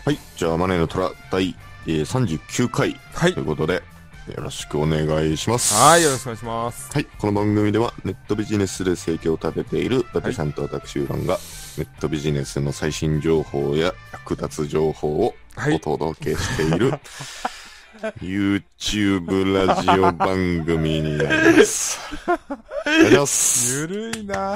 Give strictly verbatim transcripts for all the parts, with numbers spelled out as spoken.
はい、じゃあマネーの虎第、えー、さんじゅうきゅうかい、はい、ということでよろしくお願いします。 はい、よろしくお願いします。 はい、この番組ではネットビジネスで生計を立てている伊達さんと私ウーロンが、はい、ネットビジネスの最新情報や役立つ情報をお届けしている、はい、YouTube ラジオ番組になります。お願いします。 ゆるいな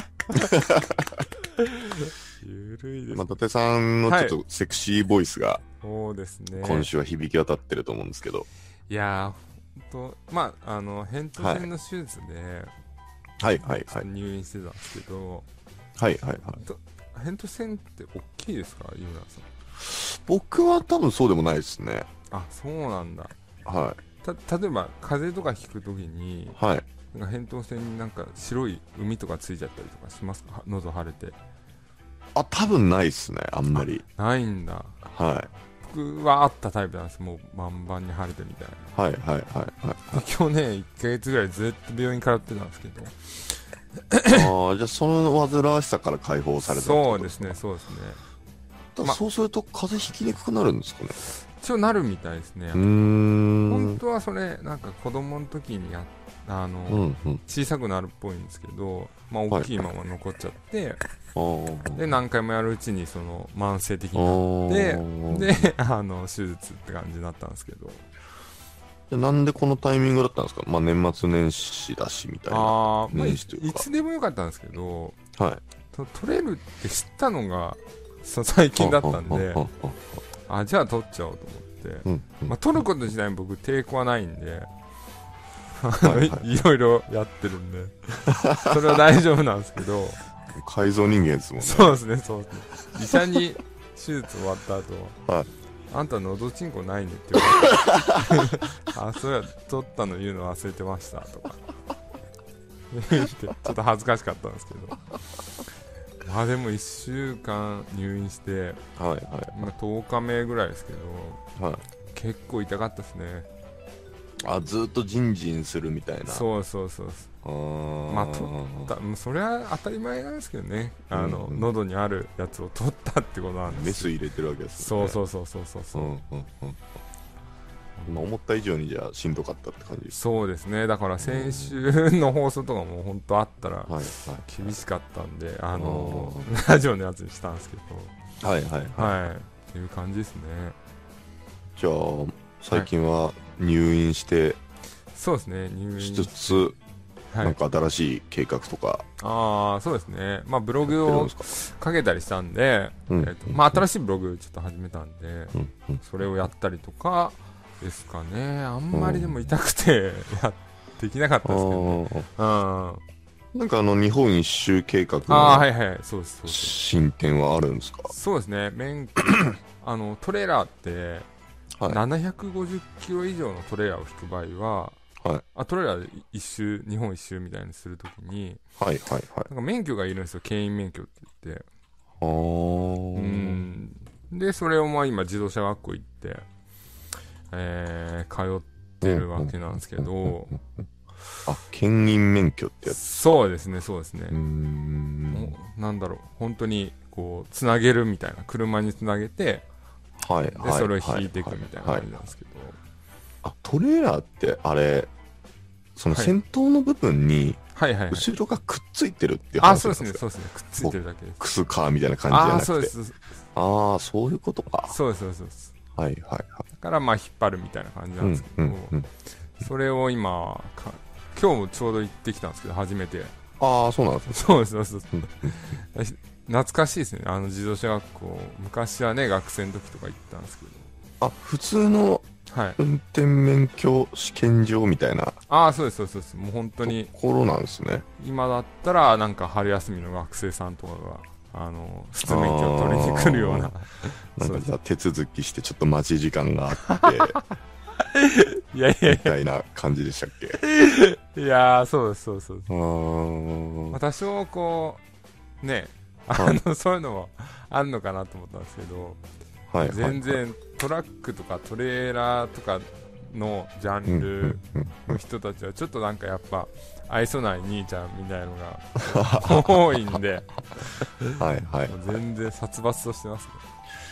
ゆるいです、ね。 まあ、伊達さんのちょっとセクシーボイスが、 そうですね。 今週は響き渡ってると思うんですけど。 いやー、ほんと、まあ、あの、扁桃腺の手術で、 はい、はい、はい。 入院してたんですけど、 はい、はい、はい。 扁桃腺って大きいですか、井村さん。 僕は多分そうでもないですね。 あ、そうなんだ。 はい。 た、例えば、風邪とかひくときに、 はい。 なんか扁桃腺になんか白い海とかついちゃったりとかしますか、喉腫れて。 あ、多分ないっすね、あんまり。 ないんだ。 はい。 僕はあったタイプなんです。もうバンバンに腫れてみたいな。 はいはいはいはい。 去年いっかげつぐらいずっと病院通ってたんですけど。 ああ、じゃあその煩わしさから解放されたってことですか。 そうですね、そうですね。 だそうすると風邪ひきにくくなるんですかね。 一応なるみたいですね。 うーん。 本当はそれなんか子供の時にやあの、うんうん、小さくなるっぽいんですけど、まあ大きいまま残っちゃって、はい、で何回もやるうちにその慢性的になってであの手術って感じになったんですけど。 じゃなんでこのタイミングだったんですか。まあ年末年始だしみたいな。あ、 まあ、い, いつでもよかったんですけど、はい、と取れるって知ったのが最近だったんで、あ、じゃあ取っちゃおうと思って、うんうん、まあ、取ること自体に僕抵抗はないんで、はいはい、いろいろやってるんでそれは大丈夫なんですけど、 改造人間ですもんね。 そうですね、そうですね。医者に手術終わった後、はい、あんた喉チンコないねって言われてあ、そうや、取ったの言うの忘れてましたとか言ってちょっと恥ずかしかったんですけど、まあでもいっしゅうかん入院して、はいはい、まあ、とおかめぐらいですけど、はい、結構痛かったですね。 あ、ずっとジンジンするみたいな。 そうそうそうそう。あ、まあ取った、それは当たり前なんですけどね、あの、うんうん、喉にあるやつを取ったってことなんです。 メス入れてるわけですね。 そうそうそうそうそうそう、うんうんうん、思った以上にじゃあしんどかったって感じです。 そうですね。だから先週の放送とかも本当あったら厳しかったんで、あのラジオのやつにしたんですけど、はいはいはい、はい、っていう感じですね。 じゃあ最近は入院して、はい、 そうですね、入院しつつ、なんか新しい計画とか、はい、 ああ、そうですね。まあブログをかけたりしたんで、うん、えーとまあ、新しいブログちょっと始めたんで、うんうん、それをやったりとかですかね。あんまりでも痛くてやできなかったですけどね。うん、 なんかあの日本一周計画の進展はあるんですか。 そうですね。免許あのトレーラーって、はい、ななひゃくごじゅっキロ以上のトレーラーを引く場合は、はい、あトレーラーで一周日本一周みたいにするときに、はいはいはい、なんか免許がいるんですよ。牽引免許って言って。あー、うん、でそれをまあ今自動車学校行って、えー、通ってるわけなんですけど、 あ、牽引免許ってやつ。 そうですね、そうですね。うーん、なんだろう、本当にこうつなげるみたいな、車につなげて、はい、でそれを引いていくみたいな感じなんですけど、 あ、トレーラーってあれ、その先頭の部分に後ろがくっついてるっていう話なんですか。あ、そうですね、そうですね、くっついてるだけです。クスカーみたいな感じじゃなくて。あ、そうです。ああ、そういうことか。 そうです、そうです。 はいはいはい。 だからまあ引っ張るみたいな感じなんですけど、うんうんうん、それを今か今日もちょうど行ってきたんですけど、初めて。 ああ、そうなんですね。 そうです、そうです。懐かしいですね、あの自動車学校。昔はね、学生の時とか行ったんですけど。 あ、普通の運転免許試験場みたいな、はい、 ああ、そうです、そうです。もう本当にところなんですね。 今だったらなんか春休みの学生さんとかがあの普通免許を取りに来るような、 なんかじゃあ手続きしてちょっと待ち時間があっていやいやいやみたいな感じでしたっけ。いやー、そうです、そうです、そうです。まあ、多少こうね、あの、はい、そういうのもあんのかなと思ったんですけど、はい、全然トラックとかトレーラーとかのジャンルの人たちはちょっとなんかやっぱ愛想ない兄ちゃんみたいなのが多いんではい、はい、全然殺伐としてますね。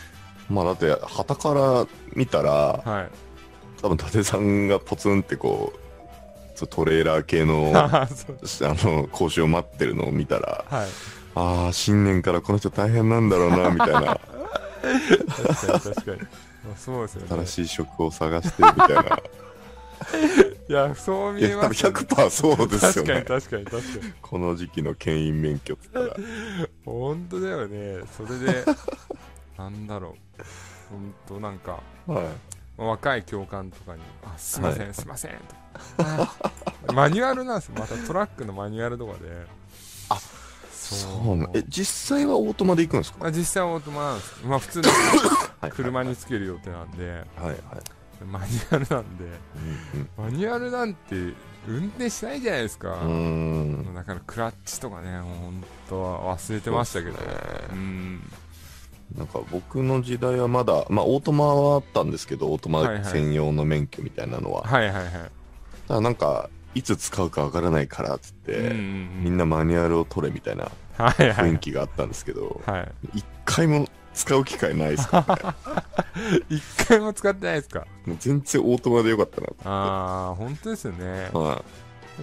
まあだって旗から見たら、はい、多分伊達さんがポツンってこうトレーラー系のあの講習を待ってるのを見たら、はい、ああ新年からこの人大変なんだろうなみたいな確かに確かにそうですよね、 新しい職を探してるみたいないやそう見えます、ね、 いや多分 ひゃくパーセント そうですよね。 確かに確かに確かにこの時期の牽引免許って言ったら本当だよね。それでなんだろう本当なんか、はい、若い教官とかにあすいません、はい、すいませんとマニュアルなんですよ。またトラックのマニュアルとかであそうなえ実際はオートマで行くんですか？ 実際はオートマなんです。まあ普通に車につける予定なんで、はいはい、マニュアルなんで、うんうん、マニュアルなんて運転しないじゃないですか。うーんだからクラッチとかねもう本当は忘れてましたけど、ね、うんなんか僕の時代はまだ、まあ、オートマはあったんですけどオートマ専用の免許みたいなのは、はいはいはい、ただなんかいつ使うかわからないからっつって、うんうんうん、みんなマニュアルを取れみたいな雰囲気があったんですけど、はいはい、一回も使う機会ないですからね一回も使ってないですか？ もう全然オートマでよかったなと。 ああ本当ですよね、はい、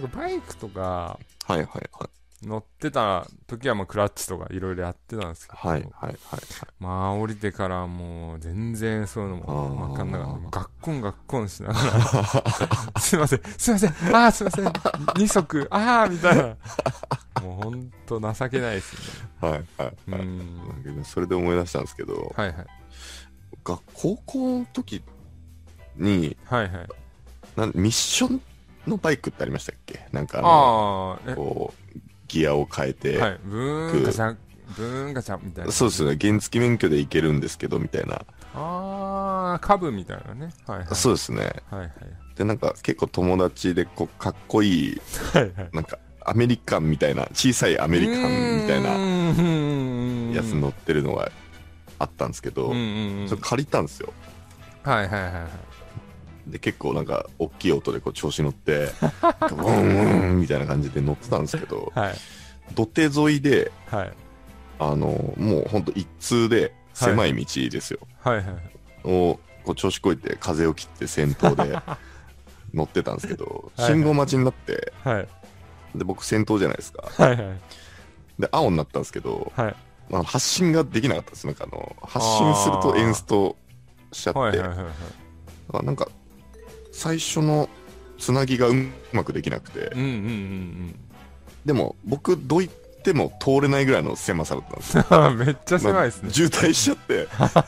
なんかバイクとかはいはいはい乗ってた時はもうクラッチとかいろいろやってたんですけど、はいはいはい、はい、まあ降りてからもう全然そういうのも分かんなかった。ガッコンガッコンしながらすいませんすいませんあーすいませんに足あーみたいなもうほんと情けないですね。 はいはいはい、うんそれで思い出したんですけど、はいはい、学高校の時に、はいはい、なんミッションのバイクってありましたっけ？なんかあのあこうギアを変えて、はい、 ブーンガチャブーンガチャみたいな。 そうですね原付免許でいけるんですけどみたいな。 ああ株みたいなね、はいはい、 そうですね、はいはい、でなんか結構友達でこうかっこいい、はいはい、なんかアメリカンみたいな小さいアメリカンみたいなやつ乗ってるのがあったんですけど、うんうんうん、それ借りたんですよ。はいはいはいはい。で結構なんか大きい音でこう調子乗ってボンボンみたいな感じで乗ってたんですけど、はい、土手沿いで、はい、あのもうほんと一通で狭い道ですよ、はいはいはい、をこう調子こいて風を切って先頭で乗ってたんですけど信号待ちになって、はい、で僕先頭じゃないですか、はいはい、で青になったんですけど、はい、あの発進ができなかったです。なんかあの発進するとエンストしちゃって、はいはいはいはい、なんか最初のつなぎがうまくできなくて、うんうんうんうん、でも僕どう言っても通れないぐらいの狭さだったんですよめっちゃ狭いですね、 まあ、渋滞しちゃって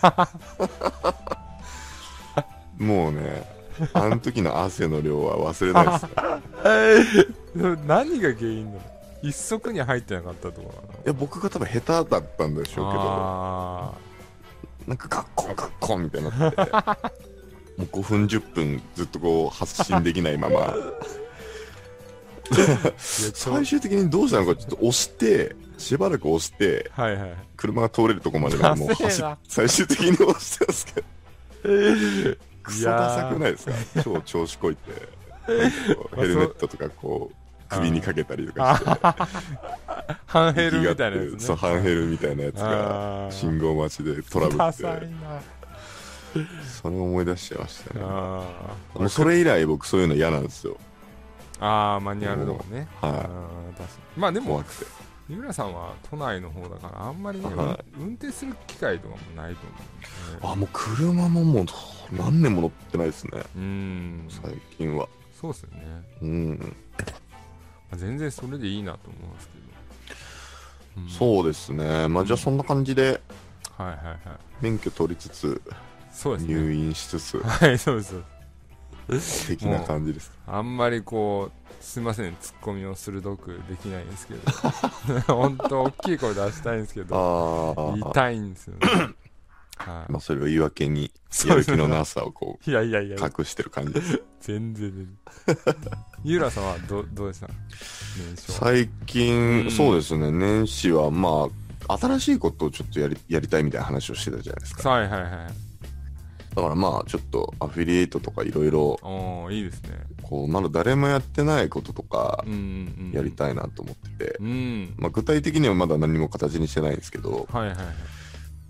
もうねあの時の汗の量は忘れないですね何が原因なの？一足に入ってなかったとか？いや僕が多分下手だったんでしょうけどなんかガッコンガッコンみたいになってもうごふんじゅっぷんずっとこう発進できないまま最終的にどうしたのかちょっと押してしばらく押して、はいはい、車が通れるとこまでもう走最終的に押してますけどクソダサくないですか？超調子こいてヘルメットとかこう首にかけたりとかしてハンヘルみたいなやつね。 そうハンヘルみたいなやつが信号待ちでトラブってそれを思い出しちゃいましたね。あもうそれ以来僕そういうの嫌なんですよ。 ああマニュアルとかね。はい。確かにまあでも三浦さんは都内の方だからあんまりね、はい、運転する機会とかもないと思う、ね、 あもう車ももう何年も乗ってないですね。うん最近は。 そうですよね。うん全然それでいいなと思うんですけど、うん、そうですね。まあじゃあそんな感じで、はいはいはい、免許取りつつそうです、ね、入院しつつはいそうです的な感じです。 あんまりこうすいませんツッコミを鋭くできないんですけど本当大きい声出したいんですけど言いたいんですよねはい、まあそれを言い訳にやる気のなさをこういやいやいや隠してる感じです全然全然井浦さんは ど, どうでした年少最近、うん、そうですね年始はまあ新しいことをちょっとやりやりたいみたいな話をしてたじゃないですか。はいはいはい。だからまあちょっとアフィリエイトとかいろいろいいですね。 こうまだ誰もやってないこととかやりたいなと思ってて、うんうん、まあ具体的にはまだ何も形にしてないんですけど、はいはいはい、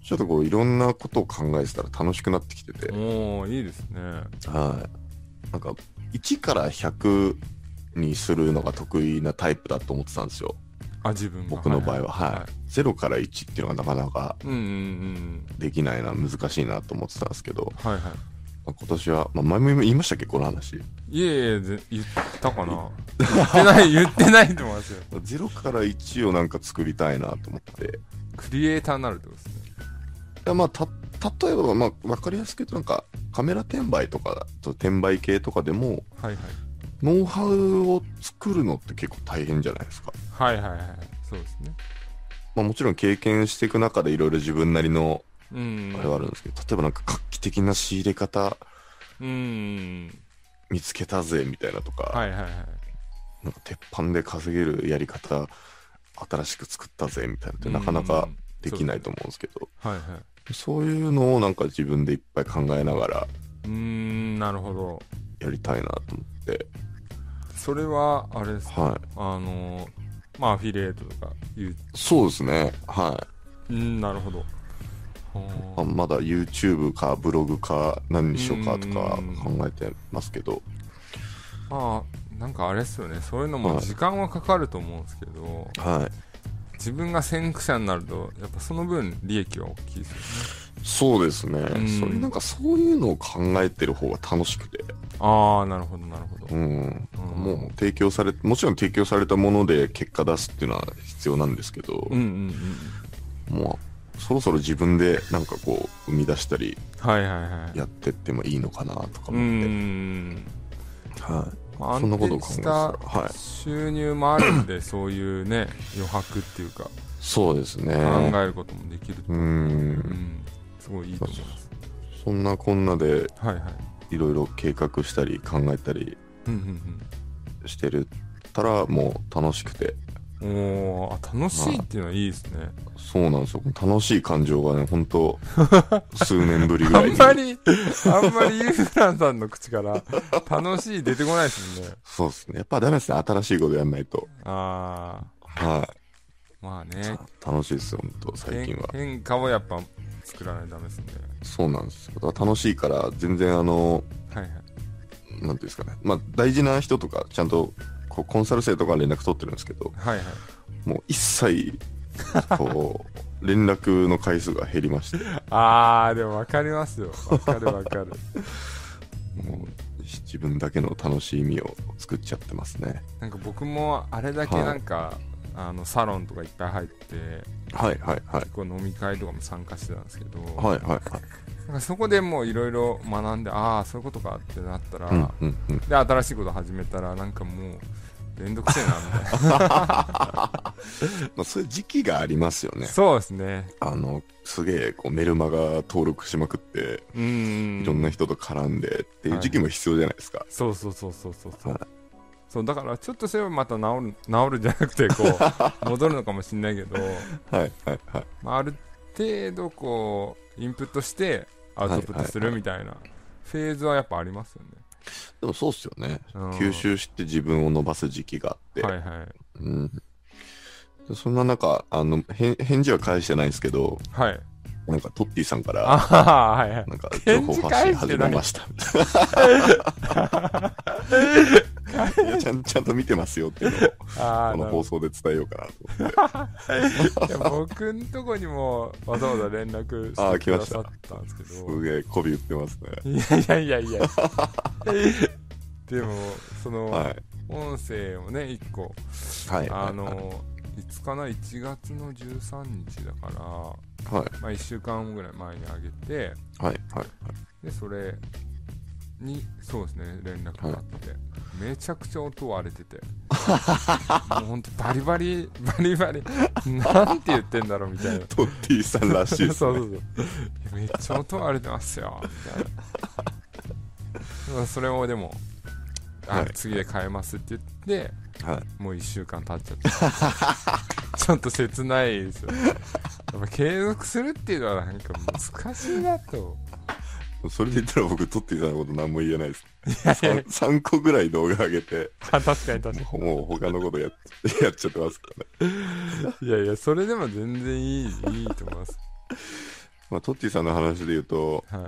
ちょっとこういろんなことを考えてたら楽しくなってきてて。 おー、いいですね。 はい。なんかいちからひゃくにするのが得意なタイプだと思ってたんですよ。 あ、自分が僕の場合は、はい、はいはい、ゼロからいちっていうのがなかなかできないな、難しいなと思ってたんですけど、 はいはい、 今年は、まあ、前も言いましたっけこの話。 いえいえ、言ったかな言ってない言ってないと思いますよ。 ゼロからいちをなんか作りたいなと思って。 クリエイターになるってことですね。 いやまあた例えば、まあ、分かりやすく言うとなんかカメラ転売とかと転売系とかでも、はいはい、ノウハウを作るのって結構大変じゃないですか。 はいはいはい、そうですね。 まあ、もちろん経験していく中でいろいろ自分なりのあれはあるんですけど、例えばなんか画期的な仕入れ方見つけたぜみたいなとか、はいはいはい、なんか鉄板で稼げるやり方新しく作ったぜみたいなってなかなかできないと思うんですけど、はいはい、そういうのをなんか自分でいっぱい考えながら、 うーん、なるほど、 やりたいなと思って。 それはあれですか、はい、あのまあアフィリエイトとかいう。 そうですね、はい。 うん、なるほど。 あまだ YouTube かブログか何にしようかとか考えてますけど、 まあなんかあれですよね、そういうのも時間はかかると思うんですけど、はい、自分が先駆者になるとやっぱその分利益は大きいですよね。 そうですね、うん、それなんかそういうのを考えてる方が楽しくて。 ああ、なるほどなるほど、うん、 うん、もう提供されもちろん提供されたもので結果出すっていうのは必要なんですけど、うんうんうん、もうそろそろ自分でなんかこう生み出したりやってってもいいのかなとか思って、はいはいはい、うん、はい、まあ、そんなことを考えてたら、はい、 収入もあるんでそういうね余白っていうか、 そうですね、 考えることもできると、うん、うん、すごいいいと思います。 そんなこんなで、はいはい、いろいろ計画したり考えたりしてるったらもう楽しくて。 おー、楽しいっていうのはいいですね。 そうなんですよ。楽しい感情がね、本当数年ぶりぐらいにあんまりあんまりユーフランさんの口から楽しい出てこないですもんね。 そうですね、やっぱダメですね、新しいことやんないと。 ああ、 はい、 まあね、 楽しいですよ本当最近は。 変化をやっぱ作らないとダメですね。 そうなんですよ、楽しいから全然あの、はいはい、なんていうんですかね、まあ大事な人とかちゃんとこうコンサル生とか連絡取ってるんですけど、はいはい、もう一切こう連絡の回数が減りましてあーでも分かりますよ、分かる分かるもう自分だけの楽しみを作っちゃってますね。 なんか僕もあれだけなんか、はい、あのサロンとかいっぱい入って、 はいはいはい、 結構飲み会とかも参加してたんですけど、 はいはいはい、 なんかそこでもういろいろ学んで、ああそういうことかってなったら、うんうんうん、で新しいこと始めたらなんかもうめんどくせえなみたいなまあそういう時期がありますよね。 そうですね、 あのすげえこうメルマガ登録しまくっていろんな人と絡んでっていう時期も必要じゃないですか、はい、 そうそうそうそうそうそう、はい、そうだからちょっとすればまた治る治るじゃなくてこう戻るのかもしれないけどはいはいはい、まあ、ある程度こうインプットしてアウトプットするみたいなフェーズはやっぱありますよね。 でもそうっすよね、うん、吸収して自分を伸ばす時期があって、はいはい、うん、そんな中あの返事は返してないんですけど、はい、なんかトッティさんから、はいはい、なんか情報発信始めましたいやちゃんちゃんと見てますよっていうのをこの放送で伝えようかなと思っていや僕んとこにもわざわざ連絡してくださったんですけど、 すげえ媚び売ってますね。 いやいやいやいやでもその、はい、音声をねいっこ、はい、あの、はいはい、いつかないちがつのじゅうさんにちだから、はい、まあいっしゅうかんぐらい前にあげて、はいはいはい、でそれにそうですね連絡があって、はい、めちゃくちゃ音割れててもうほんとバリバリバリバリなんて言ってんだろうみたいなトッティさんらしいですねそうそうそうめっちゃ音割れてますよみたいなそれをでもあ、はい、次で変えますって言って、はい、もういっしゅうかん経っちゃってちょっと切ないですよね。やっぱ継続するっていうのはなんか難しいなと。 それで言ったら僕トッティさんのこと何も言えないです。いやいや 3, さんこぐらい動画上げてあ確かに確かにもう他のこと や, やっちゃってますからねいやいやそれでも全然いいいいと思います。 まあ、トッティさんの話で言うと、はい、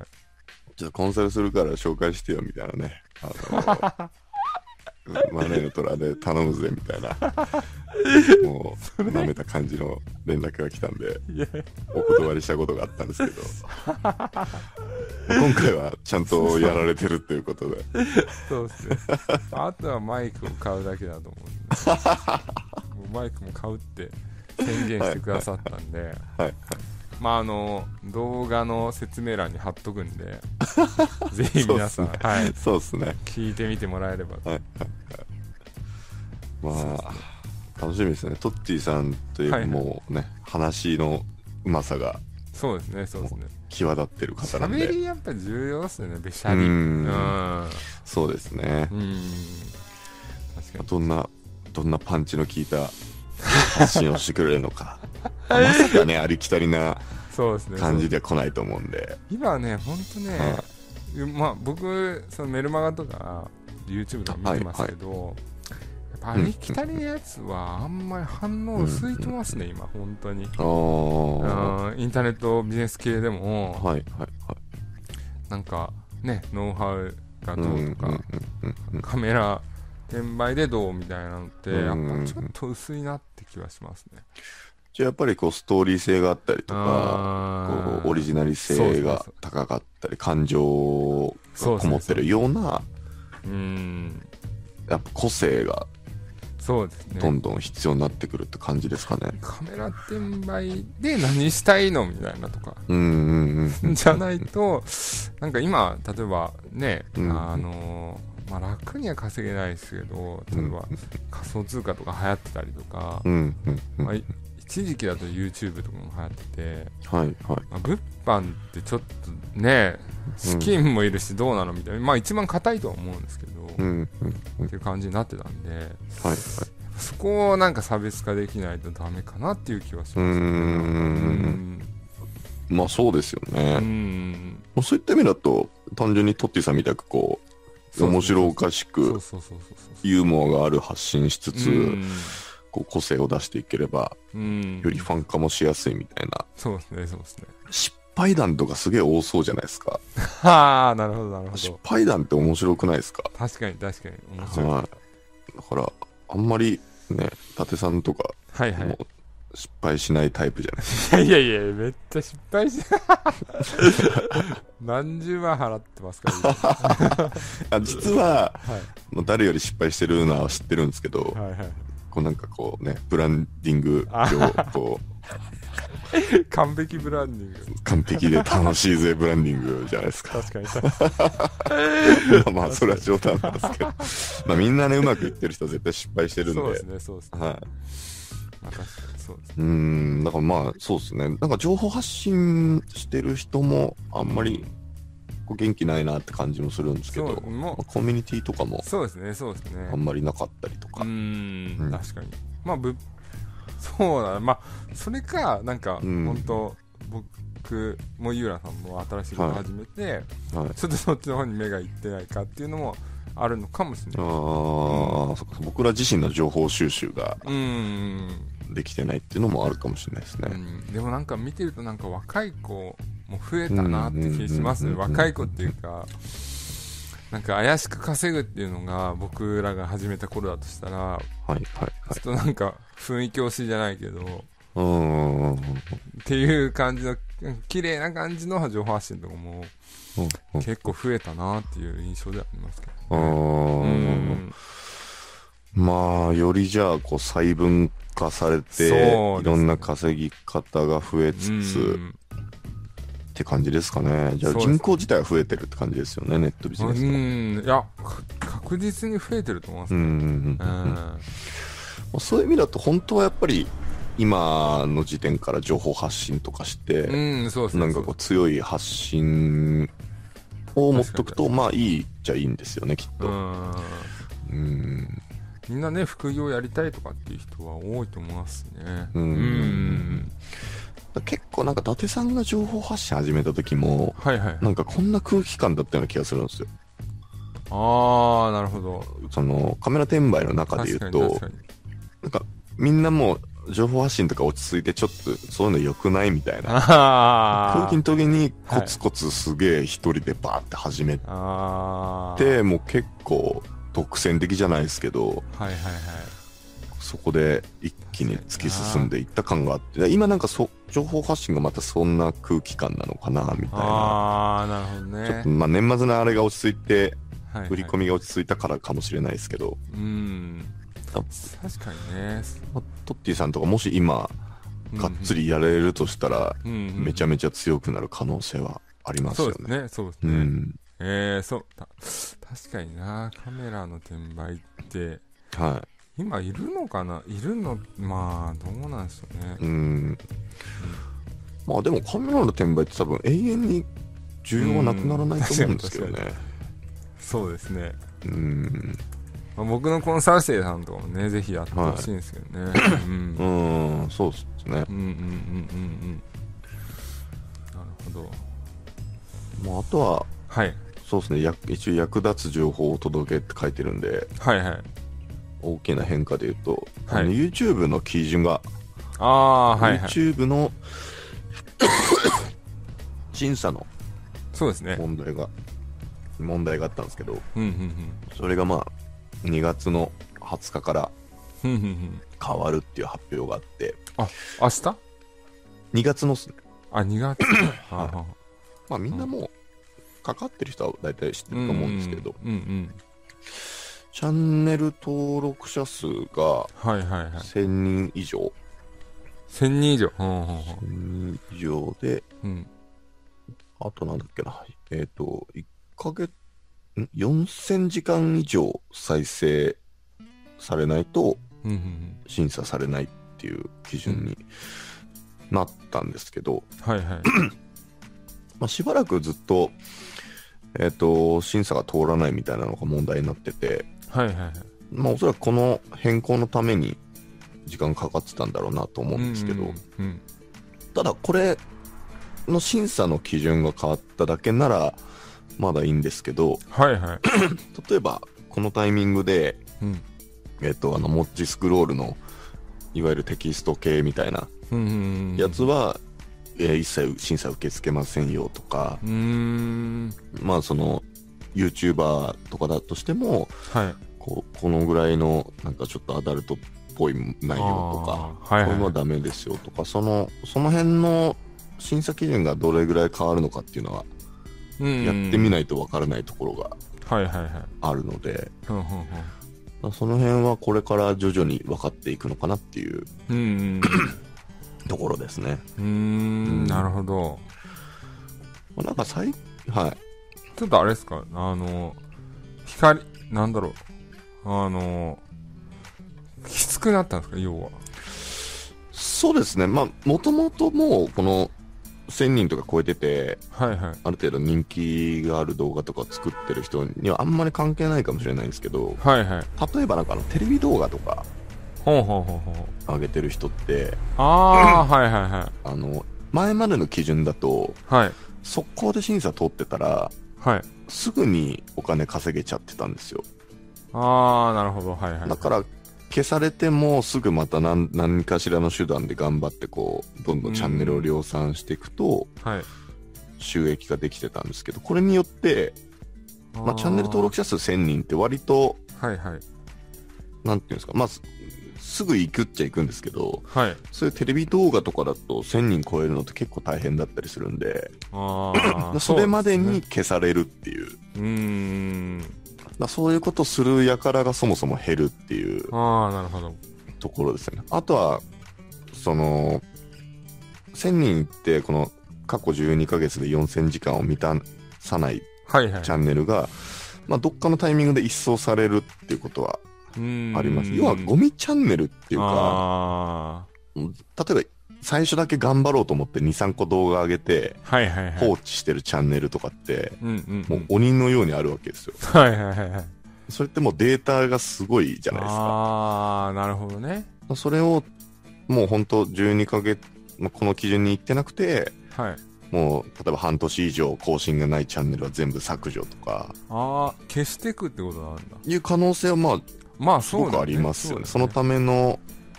ちょっとコンサルするから紹介してよみたいなね、あのマネーの虎で頼むぜみたいなもう舐めた感じの連絡が来たんでお断りしたことがあったんですけど今回はちゃんとやられてるっていうことでそうですね。あとはマイクを買うだけだと思うんでもうマイクも買うって宣言してくださったんで、はいはいはい、まああの動画の説明欄に貼っとくんでぜひ皆さん、ね、はい、 そうですね、 聞いてみてもらえればと、はいはいはい、まあ、ね、楽しみですね。トッティさんという、はいはい、もうね話のうまさがそうですねそうですね際立ってる方なんで、 喋りやっぱ重要ですよね。べしゃり、うん、 そうですね。うん、確かにどんなどんなパンチの効いた発信をしてくれるのかまさかねありきたりな感じでは来ないと思うんで、 今はねほんとね、はい、まあ僕そのメルマガとか YouTube とか見てますけど、はいはい、やっぱありきたりなやつはあんまり反応薄いと思いますね、うん、今本当に。あインターネットビジネス系でも、はいはいはい、なんかねノウハウがどうとか、うんうんうんうん、カメラ転売でどうみたいなのってやっぱちょっと薄いなって気はしますね。 じゃあやっぱりこうストーリー性があったりとかこうオリジナリ性が高かったり感情がこもってるようなやっぱ個性がそうですね、 どんどん必要になってくるって感じですかね。 カメラ転売で何したいのみたいなとかうんうんうん、じゃないとなんか今例えばね、うん、あのまあ、楽には稼げないですけど例えば仮想通貨とか流行ってたりとか、うんうんうんまあ、一時期だと YouTube とかも流行ってて、はいはいまあ、物販ってちょっとね資金もいるしどうなのみたいな、まあ一番硬いとは思うんですけど、うんうんうん、っていう感じになってたんで、はいはい、そこをなんか差別化できないとダメかなっていう気はしますね。うーんまあそうですよね。うんそういった意味だと単純にトッティさんみたくこう面白おかしくユーモアがある発信しつつこう個性を出していければよりファン化もしやすいみたいな。 そうですねそうですね。 失敗談とかすげえ多そうじゃないですか。 はあなるほどなるほど。 失敗談って面白くないですか。 確かに確かに面白い。 はいだからあんまりね伊達さんとかはいはいもう失敗しないタイプじゃないいやいやいやめっちゃ失敗し何十万払ってますから実は、はい、もう誰より失敗してるのは知ってるんですけど、はいはい、こうなんかこうねブランディング上こう完璧ブランディング完璧で楽しいぜブランディングじゃないですか。 確かに確かにまあそれは冗談なんですけどまあみんなねうまくいってる人は絶対失敗してるんでそうですねそうですね、はいまあ、確かにそうですね。 うーんだからまあそうですねなんか情報発信してる人もあんまりこう元気ないなって感じもするんですけど、まあ、コミュニティとかもそうですねそうですねあんまりなかったりとかうーん、うん、確かにまあぶそうだまあそれかなんか、うん、本当僕もゆうらさんも新しいこと始めて、はいはい、ちょっとそっちの方に目がいってないかっていうのもあるのかもしれない。あ、うん、 そっか僕ら自身の情報収集ができてないっていうのもあるかもしれないですね、うん、 でもなんか見てるとなんか若い子も増えたなって気しますね。若い子っていうかなんか怪しく稼ぐっていうのが僕らが始めた頃だとしたら、はいはいはい、ちょっとなんか雰囲気推しじゃないけどうんっていう感じの綺麗な感じの情報発信とかも結構増えたなっていう印象ではありますけど、ね、 うんまあよりじゃあこう細分化されて、ね、いろんな稼ぎ方が増えつつって感じですかね。じゃあ人口自体は増えてるって感じですよねネットビジネスが。 うんいや確実に増えてると思いますね。うんうんうんうん、そういう意味だと本当はやっぱり今の時点から情報発信とかして、うんそうそうそうなんかこう強い発信を持っとくとまあいいじゃいいんですよねきっと。うんうんみんなね副業やりたいとかっていう人は多いと思いますね。うんうん結構なんか伊達さんが情報発信始めた時も、はいはい、なんかこんな空気感だったような気がするんですよ。 ああなるほど。 そのカメラ転売の中で言うとなんかみんなもう情報発信とか落ち着いてちょっとそういうの良くないみたいな空気の時にコツコツすげえ一人でバーって始めて、はい、もう結構独占的じゃないですけど、はいはいはい、そこで一気に突き進んでいった感があって、今なんかそ情報発信がまたそんな空気感なのかなみたいな。 あー、なるほどね。 ちょっとまあ年末のあれが落ち着いて、はいはい、振り込みが落ち着いたからかもしれないですけど、 うん、確かにね。 トッティさんとかもし今がっつりやれるとしたら、うんうん、めちゃめちゃ強くなる可能性はありますよね。 そうですね、そうですね。うん、えー、そう確かにな。カメラの転売って、はい、今いるのかな。いるの、まあどうなんですよね。うん、うん、 まあでもカメラの転売って多分永遠に需要はなくならないと思うんですけどね。 そうですね。うん、まあ、僕のコンサル生さんとかもね、ぜひやってほしいんですけどね。はい、うん、 うん、そうですね。うんうんうんうんうん。 なるほど。まああとは、はい、そうですね。や一応役立つ情報を届けって書いてるんで、はいはい。大きな変化で言うと、はい、あの YouTube の基準が、ああ、はいはい。YouTube の審査のそうですね。 問題が問題があったんですけど、うんうんうん、それがまあにがつのはつかから変わるっていう発表があって、 あ、明日にがつのっすね。 あ、にがつはい、まあみんなもうかかってる人は大体知ってると思うんですけど、うんうんうん、チャンネル登録者数がせんにん以上、 せんにん以上、 せんにん以上で、うん、あとなんだっけな、えっ、ー、といっかげつんよんせんじかん以上再生されないと審査されないっていう基準になったんですけど、はいはいまあしばらくずっと、えーと、審査が通らないみたいなのが問題になってて、はいはいはい、まあおそらくこの変更のために時間かかってたんだろうなと思うんですけど、うんうんうん、ただこれの審査の基準が変わっただけならまだいいんですけど、はいはい、例えばこのタイミングで、うんえー、とあのモッチスクロールのいわゆるテキスト系みたいなやつは、えー、一切審査受け付けませんよとか、うーんまあその YouTuber とかだとしても、はい、こ, このぐらいのなんかちょっとアダルトっぽい内容とか、はいはい、こういうのはダメですよとか、そのその辺の審査基準がどれぐらい変わるのかっていうのはやってみないとわからないところがあるので、その辺はこれから徐々に分かっていくのかなっていうところですね。 うーん、なるほど。 なんか最はいちょっとあれですか、あの光なんだろう、あのきつくなったんですか、要は。 そうですね。まあもともともうこのせんにんとか超えてて、はいはい、ある程度人気がある動画とかを作ってる人にはあんまり関係ないかもしれないんですけど、はいはい、例えばなんかあのテレビ動画とかほうほうほうほう上げてる人って、ああはいはいはい、あの前までの基準だと、はい、速攻で審査通ってたら、はい、すぐにお金稼げちゃってたんですよ。 ああなるほど、はいはい、 だから消されてもすぐまた 何, 何かしらの手段で頑張ってこうどんどんチャンネルを量産していくと収益ができてたんですけど、これによって、まあ、チャンネル登録者数せんにんって割と、はいはい、なんていうんですか、まあ、すぐ行くっちゃ行くんですけど、はい、そういうテレビ動画とかだとせんにん超えるのって結構大変だったりするんで、あそれまでに消されるっていう。うーんだそういうことする輩がそもそも減るっていうあなるほどところですね。あとはそのせんにんってこの過去じゅうにかげつでよんせんじかんを満たさないチャンネルが、はいはいまあ、どっかのタイミングで一掃されるっていうことはあります。要はゴミチャンネルっていうか、例えば最初だけ頑張ろうと思ってにさんこ動画上げて放置してるチャンネルとかってもう鬼のようにあるわけですよ。はいはいはいはい。それってもうデータがすごいじゃないですか。 ああなるほどね。 それをもう本当じゅうにかげつこの基準にいってなくて、はい、もう例えば半年以上更新がないチャンネルは全部削除とか、 ああ消していくってことなんだいう可能性はまあまあすごくありますよね。そのための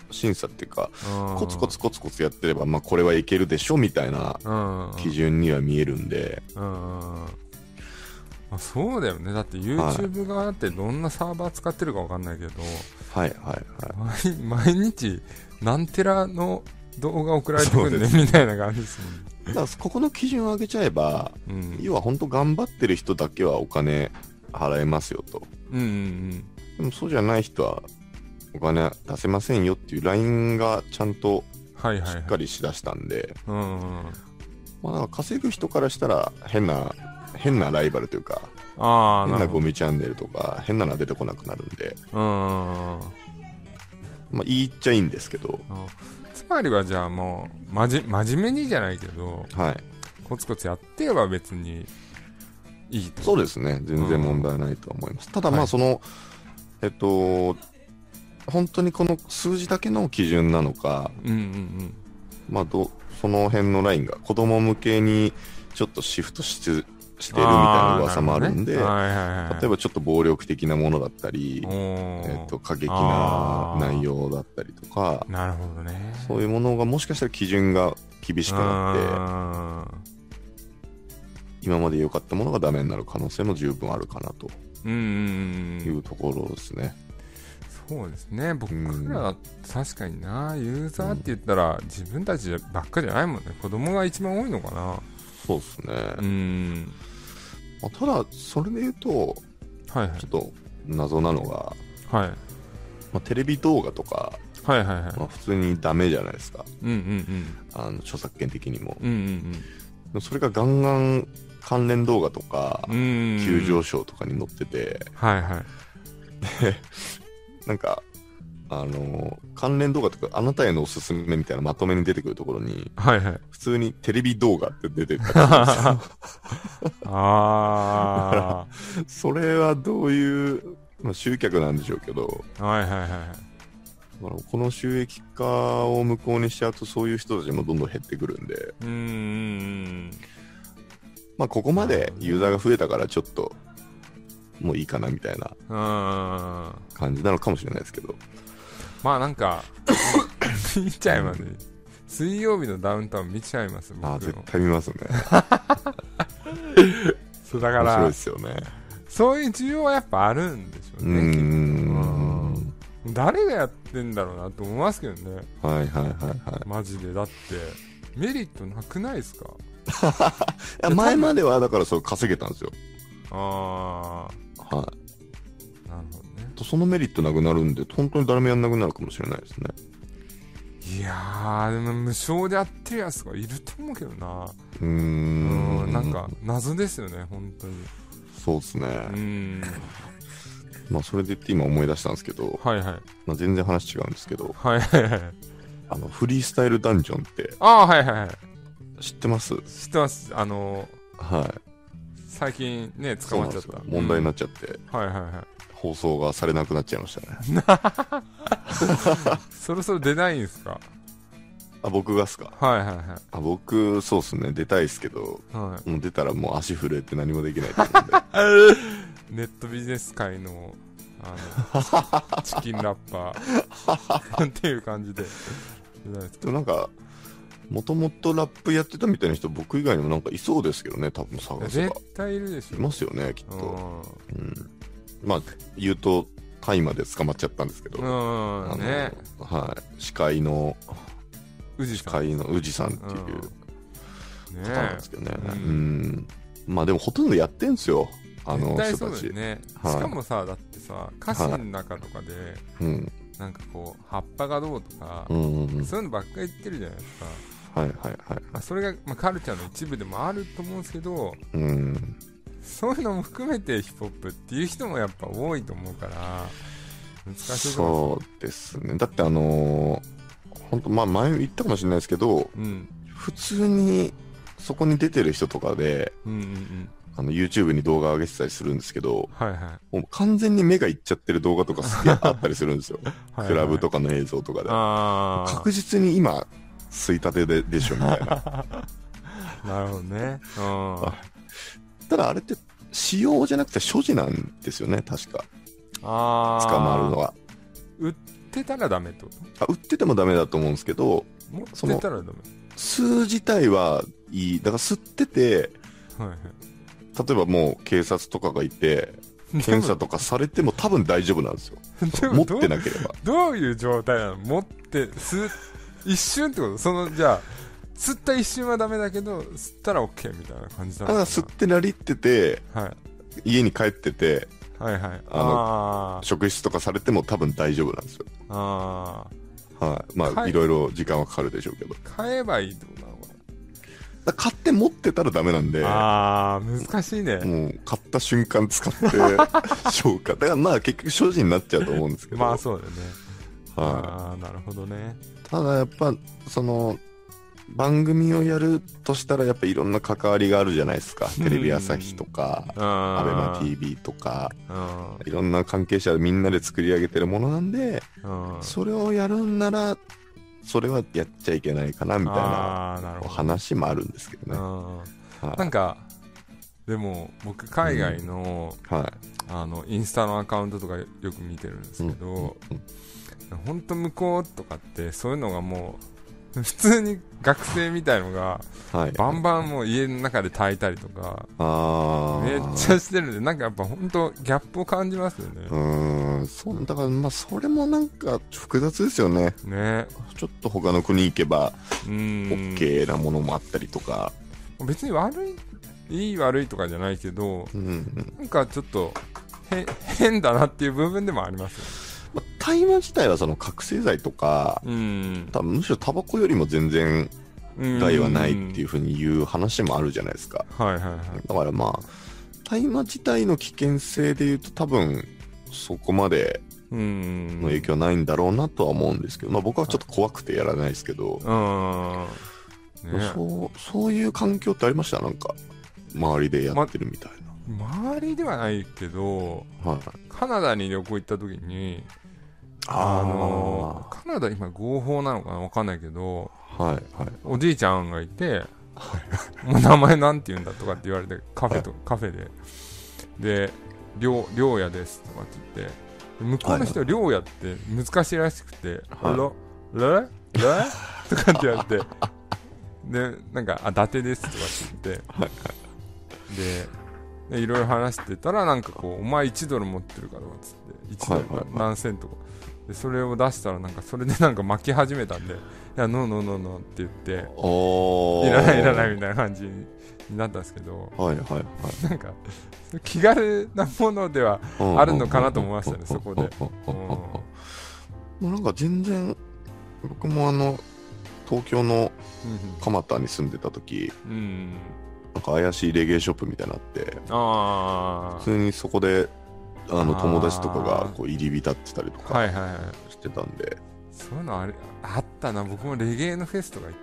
審査っていうか、コツコツコツコツやってれば、まあ、これはいけるでしょみたいな基準には見えるんで、 うんあそうだよね。だって YouTube 側ってどんなサーバー使ってるか分かんないけど、 はいはいはい、 毎, 毎日何テラの動画送られてくるねみたいな感じですもんね。 だからここの基準を上げちゃえば、うん、要は本当頑張ってる人だけはお金払えますよと、うんうんうん、でもそうじゃない人はお金出せませんよっていうラインがちゃんとしっかりしだしたんで、はいはいはい、うんうんまあ、だから稼ぐ人からしたら変な変なライバルというか、あ変なゴミチャンネルとか変なのは出てこなくなるんで、うんまあ言っちゃいいんですけど、 つまりはじゃあもうまじ真面目にじゃないけど、はい、コツコツやってれば別にいいと。 そうですね、全然問題ないと思います。ただまあその、はい、えっと本当にこの数字だけの基準なのか、うんうんうん、まあどその辺のラインが子供向けにちょっとシフトしてしてるみたいな噂もあるんで、ねはいはいはい、例えばちょっと暴力的なものだったり、えっと、過激な内容だったりとか、 なるほどね、 そういうものがもしかしたら基準が厳しくなって今まで良かったものがダメになる可能性も十分あるかなというところですね。 そうですね、僕ら確かにな、ユーザーって言ったら自分たちばっかじゃないもんね。子供が一番多いのかな。 そうですね。うんまあ、ただそれで言うと、はいはい、ちょっと謎なのが、はいまあ、テレビ動画とか、はいはいはいまあ、普通にダメじゃないですか、うんうんうん、あの著作権的にも、うんうんうん、それがガンガン関連動画とか、うんうんうん、急上昇とかに載ってて、はいはいでなんかあのー、関連動画とかあなたへのおすすめみたいなまとめに出てくるところに、はいはい、普通にテレビ動画って出てたんですよあだからそれはどういう、まあ、集客なんでしょうけど、はいはいはい、だからこの収益化を無効にしちゃうとそういう人たちもどんどん減ってくるんで、うーんまあここまでユーザーが増えたからちょっともういいかなみたいな感じなのかもしれないですけど、 まあなんか見ちゃいますね。水曜日のダウンタウン見ちゃいます。僕あ絶対見ますねそうだから面白いですよね。 そういう需要はやっぱあるんでしょうね。うーん誰がやってんだろうなと思いますけどね。 はいはいはいはいマジでだってメリットなくないですかいや前まではだからそう稼げたんですよ。ああはいなるほどね。そのメリットなくなるんで本当に誰もやんなくなるかもしれないですね。 いやーでも無償でやってるやつがいると思うけどな。うーんうんなんか謎ですよね本当に。 そうですね。うんまあそれで言って今思い出したんですけど、はいはいまあ、全然話違うんですけど、はいはいはいあのフリースタイルダンジョンってああはいはいはい知ってます？ 知ってます。あのー、はい最近ね捕まっちゃった問題になっちゃって、うん、はいはいはい放送がされなくなっちゃいましたねそろそろ出ないんですか？ あ僕がっすか？はいはいはいあ僕そうっすね出たいっすけど、はい、もう出たらもう足震えて何もできないと思うんでネットビジネス界のあのチキンラッパーっていう感じででもなんかもともとラップやってたみたいな人僕以外にもなんかいそうですけどね多分探せば絶対いるでしょ。 いますよねきっと、うん、まあ言うと大麻で捕まっちゃったんですけどうんあの、ねはい、司会の司会の宇治さんっていう方なんですけどね、うん、うんまあでもほとんどやってんすよあの人たち、ねはい、しかもさだってさ歌詞の中とかで、はいうん、なんかこう葉っぱがどうとか、うんうんうん、そういうのばっかり言ってるじゃないですか。はいはいはい、まあ、それが、まあ、カルチャーの一部でもあると思うんですけど、うん、そういうのも含めてヒップホップっていう人もやっぱ多いと思うから難しい。 そうですね。だってあのー、本当まあ前言ったかもしれないですけど、うん、普通にそこに出てる人とかで、うんうんうんあの YouTube に動画上げてたりするんですけど、はいはい、もう完全に目がいっちゃってる動画とかすげえあったりするんですよはい、はい、クラブとかの映像とかであ確実に今吸い立てででしょみたいななるほどねただあれって使用じゃなくて所持なんですよね確かあ捕まるのは売っってたらダメってこと？あ、売っててもダメだと思うんですけど、 持ってたらダメ。 吸う自体はいい。だから吸ってて、はいはい、例えばもう警察とかがいて検査とかされても多分大丈夫なんですよ。持ってなければ。 どういう状態なの？持って吸一瞬ってこと？そのじゃあ吸った一瞬はダメだけど吸ったら OK みたいな感じなのかな。 ただ吸ってなりってて、はい、家に帰ってて、はいはい、あのあ職質とかされても多分大丈夫なんですよ。ああ、はい、まあいろいろ時間はかかるでしょうけど。 買えばいいってことなのかな。 だ買って持ってたらダメなんで。 ああ、難しいね。 もう買った瞬間使って消化。だからまあ結局所持になっちゃうと思うんですけど。 まあそうだよね。 はい、 ああ、なるほどね。 ただやっぱその番組をやるとしたらやっぱいろんな関わりがあるじゃないですか。テレビ朝日とか、アベマ ティービー とか、いろんな関係者みんなで作り上げてるものなんで、それをやるんならそれはやっちゃいけないかなみたいなお話もあるんですけどね。 はい、なんかでも僕海外の、うん、はい、あのインスタのアカウントとかよく見てるんですけど、うんうんうん、本当向こうとかってそういうのがもう普通に学生みたいのが、はい、バンバンもう家の中で炊いたりとか、あめっちゃしてるんで、なんかやっぱ本当ギャップを感じますよね。 うーん、そうだからまあそれもなんか複雑ですよね。ね、ちょっと他の国行けば OK なものもあったりとか。 別に悪いいい悪いとかじゃないけど、うんうん、なんかちょっと変だなっていう部分でもありますよね。 大麻自体はその覚醒剤とか、うん、多分むしろタバコよりも全然害はないっていうふうに言う話もあるじゃないですか。はいはいはい。だからまあ大麻自体の危険性でいうと多分そこまでの影響はないんだろうなとは思うんですけど、まあ僕はちょっと怖くてやらないですけど、はい、ね、そうそういう環境ってありました？なんか周りでやってるみたいな。 ま、周りではないけど、はい、カナダに旅行行った時に。あのカナダ今合法なのかな分かんないけど、はいはい、おじいちゃんがいて、はい、もう名前なんて言うんだとかって言われてカフェと、はい、カフェでで寮寮屋ですとかって言って、向こうの人は寮屋って難しいらしくて、はい、ロレレとかって言われてでなんかあ伊達ですとかって言って、はいはい、ででいろいろ話してたらなんかこうお前いちドル持ってるからっつっていちドルか何セントか、でそれを出したらなんかそれでなんか巻き始めたんで、いやノーノーノーノーって言っていらないいらないみたいな感じになったんですけど、はいはいはい、なんか気軽なものではあるのかなと思いましたね、そこで。 うん、なんか全然僕もあの東京の蒲田に住んでた時、うん、なんか怪しいレゲエショップみたいなのあって、あ普通にそこであの友達とかがこう入り浸ってたりとかしてたんで、はいはいはい、 そういうのあれあったな。僕もレゲエのフェスとか行って、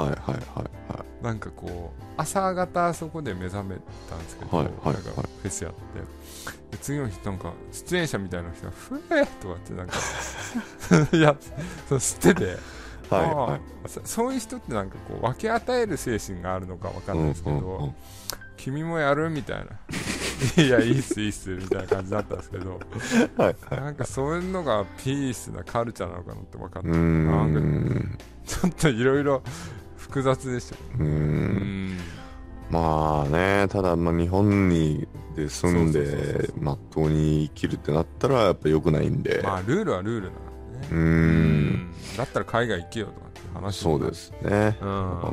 はいはいはいはい、なんかこう朝方そこで目覚めたんですけど、はいはいはい、なんかフェスやってで次の日なんか出演者みたいな人がふえーとかってなんかいやそう知ってて、はいはい、そ, そういう人ってなんかこう分け与える精神があるのか分かんないですけど、うんうんうん、君もやるみたいないやいいっすいいっすみたいな感じだったんですけどはい、はい、なんかそういうのがピースなカルチャーなのかなって分かんない。なんかちょっといろいろ複雑でした。うーん、 まあね、ただまあ日本にで住んでまっとうに生きるってなったらやっぱ良くないんで、 まあルールはルールなのね。うーん、だったら海外行けよとかって話。 そうですね、うん、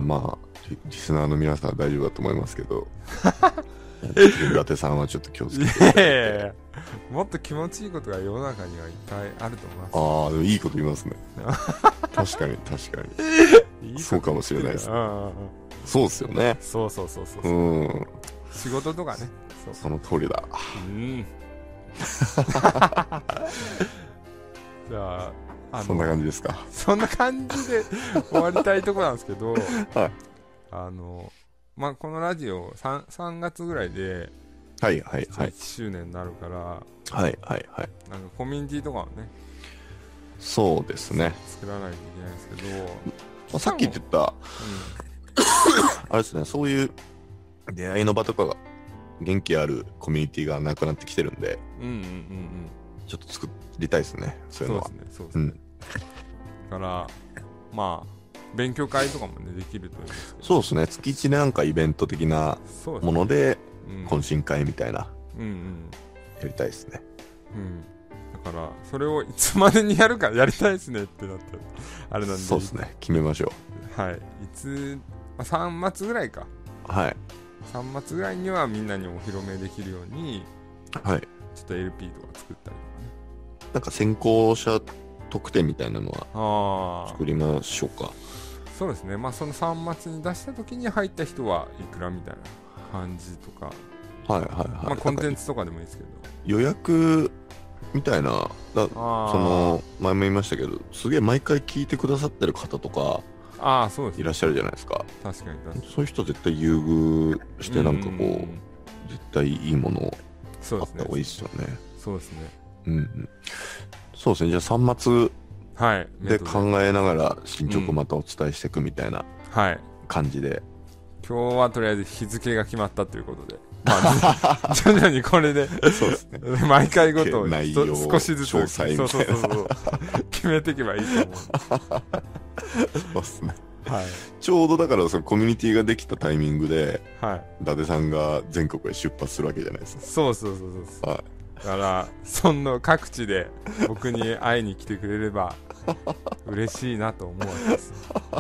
まあリ, リスナーの皆さんは大丈夫だと思いますけど伊達さんはちょっと気をつけていやいやいや、 もっと気持ちいいことが世の中にはいっぱいあると思います。 ああ、でもいいこと言いますね確かに確かにいいそうかもしれないですね。そうですよね。 そうそうそうそう、うん、仕事とかね。 そう、その通りだ。うんじゃあ、そんな感じですか。 そんな感じで終わりたいところなんですけど、はい、あのまあ、このラジオ 3, さんがつぐらいではいはいはいいちしゅうねんになるから、 はいはいはい、 なんかコミュニティとかをね、 そうですね、 作らないといけないんですけど、 まあ、さっき言ってた、うん、あれですね、そういう出会いの場とかが元気あるコミュニティがなくなってきてるんで、うんうんうんうん、ちょっと作りたいですね、そういうのは。 そうですね、そうですね、うん、だからまあ勉強会とかもねできるといいですけど。 そうですね、月いちでなんかイベント的なもので懇親会みたいな、 うんうんうん、 やりたいですね。 うん、だからそれをいつまでにやるかやりたいですねってなってあれなんで、 そうですね、決めましょう。はい、いつ、まあ、さんがつぐらいか。 はい。 さんがつぐらいにはみんなにお披露目できるように、 はい。 ちょっと エルピー とか作ったりとかね。 なんか先行者特典みたいなのは作りましょうか。 そうですね、まあそのさん末に出した時に入った人はいくらみたいな感じとか、 はいはいはい、 まあコンテンツとかでもいいですけど、 予約みたいな、だその前も言いましたけど、すげえ毎回聞いてくださってる方とかあそうです、ね、 いらっしゃるじゃないですか。 確かに確かに。 そういう人絶対優遇してなんかこう、うんうん、絶対いいものをあった方がいいですよね。 そうですね。 うんうん。そうですね。じゃあさん末で考えながら進捗またお伝えしていくみたいな感じで、うんはい、 今日はとりあえず日付が決まったということで、まあ、徐々にこれでそうです、ね、毎回ごと内容少しずつ詳細みたいなそうそうそうそう決めていけばいいと思う。 そうですね、 はい、 ちょうどだからそのコミュニティができたタイミングで、 はい、 伊達さんが全国へ出発するわけじゃないですか。 そうそうそうそう、はい、だからそんな各地で僕に会いに来てくれれば嬉しいなと思うわけです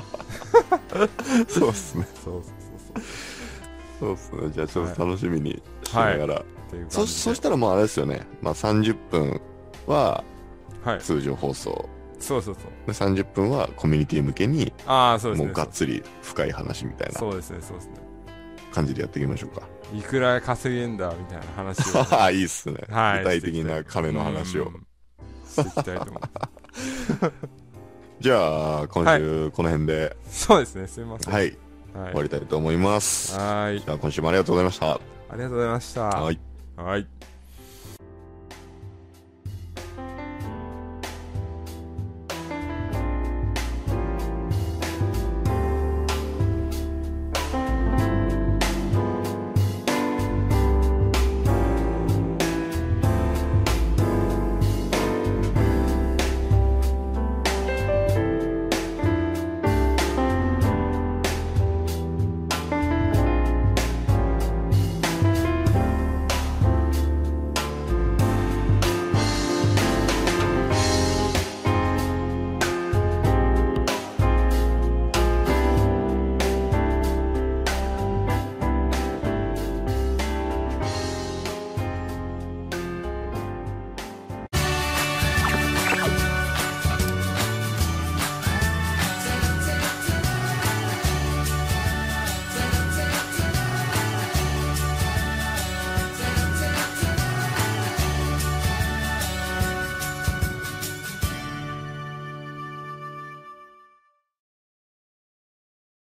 そうですね。 そうそうそうそうですね。じゃあちょっと楽しみにしながら、はい、そ, そしたらもうあれですよね、まあ、さんじゅっぷんは通常放送、はい、 そうそうそうでさんじゅっぷんはコミュニティ向けにあそうです、ね、 もうがっつり深い話みたいなそうですねそうですね感じでやっていきましょうか。 いくら稼げんだみたいな話を、ね、いいっすね、 はい、 具体的な金の話をしていきたいと思いますじゃあ今週、はい、この辺でそうですね、すみません、 はい、はい、終わりたいと思います。 はい、 じゃあ今週もありがとうございました。 ありがとうございました。 はい、 はい。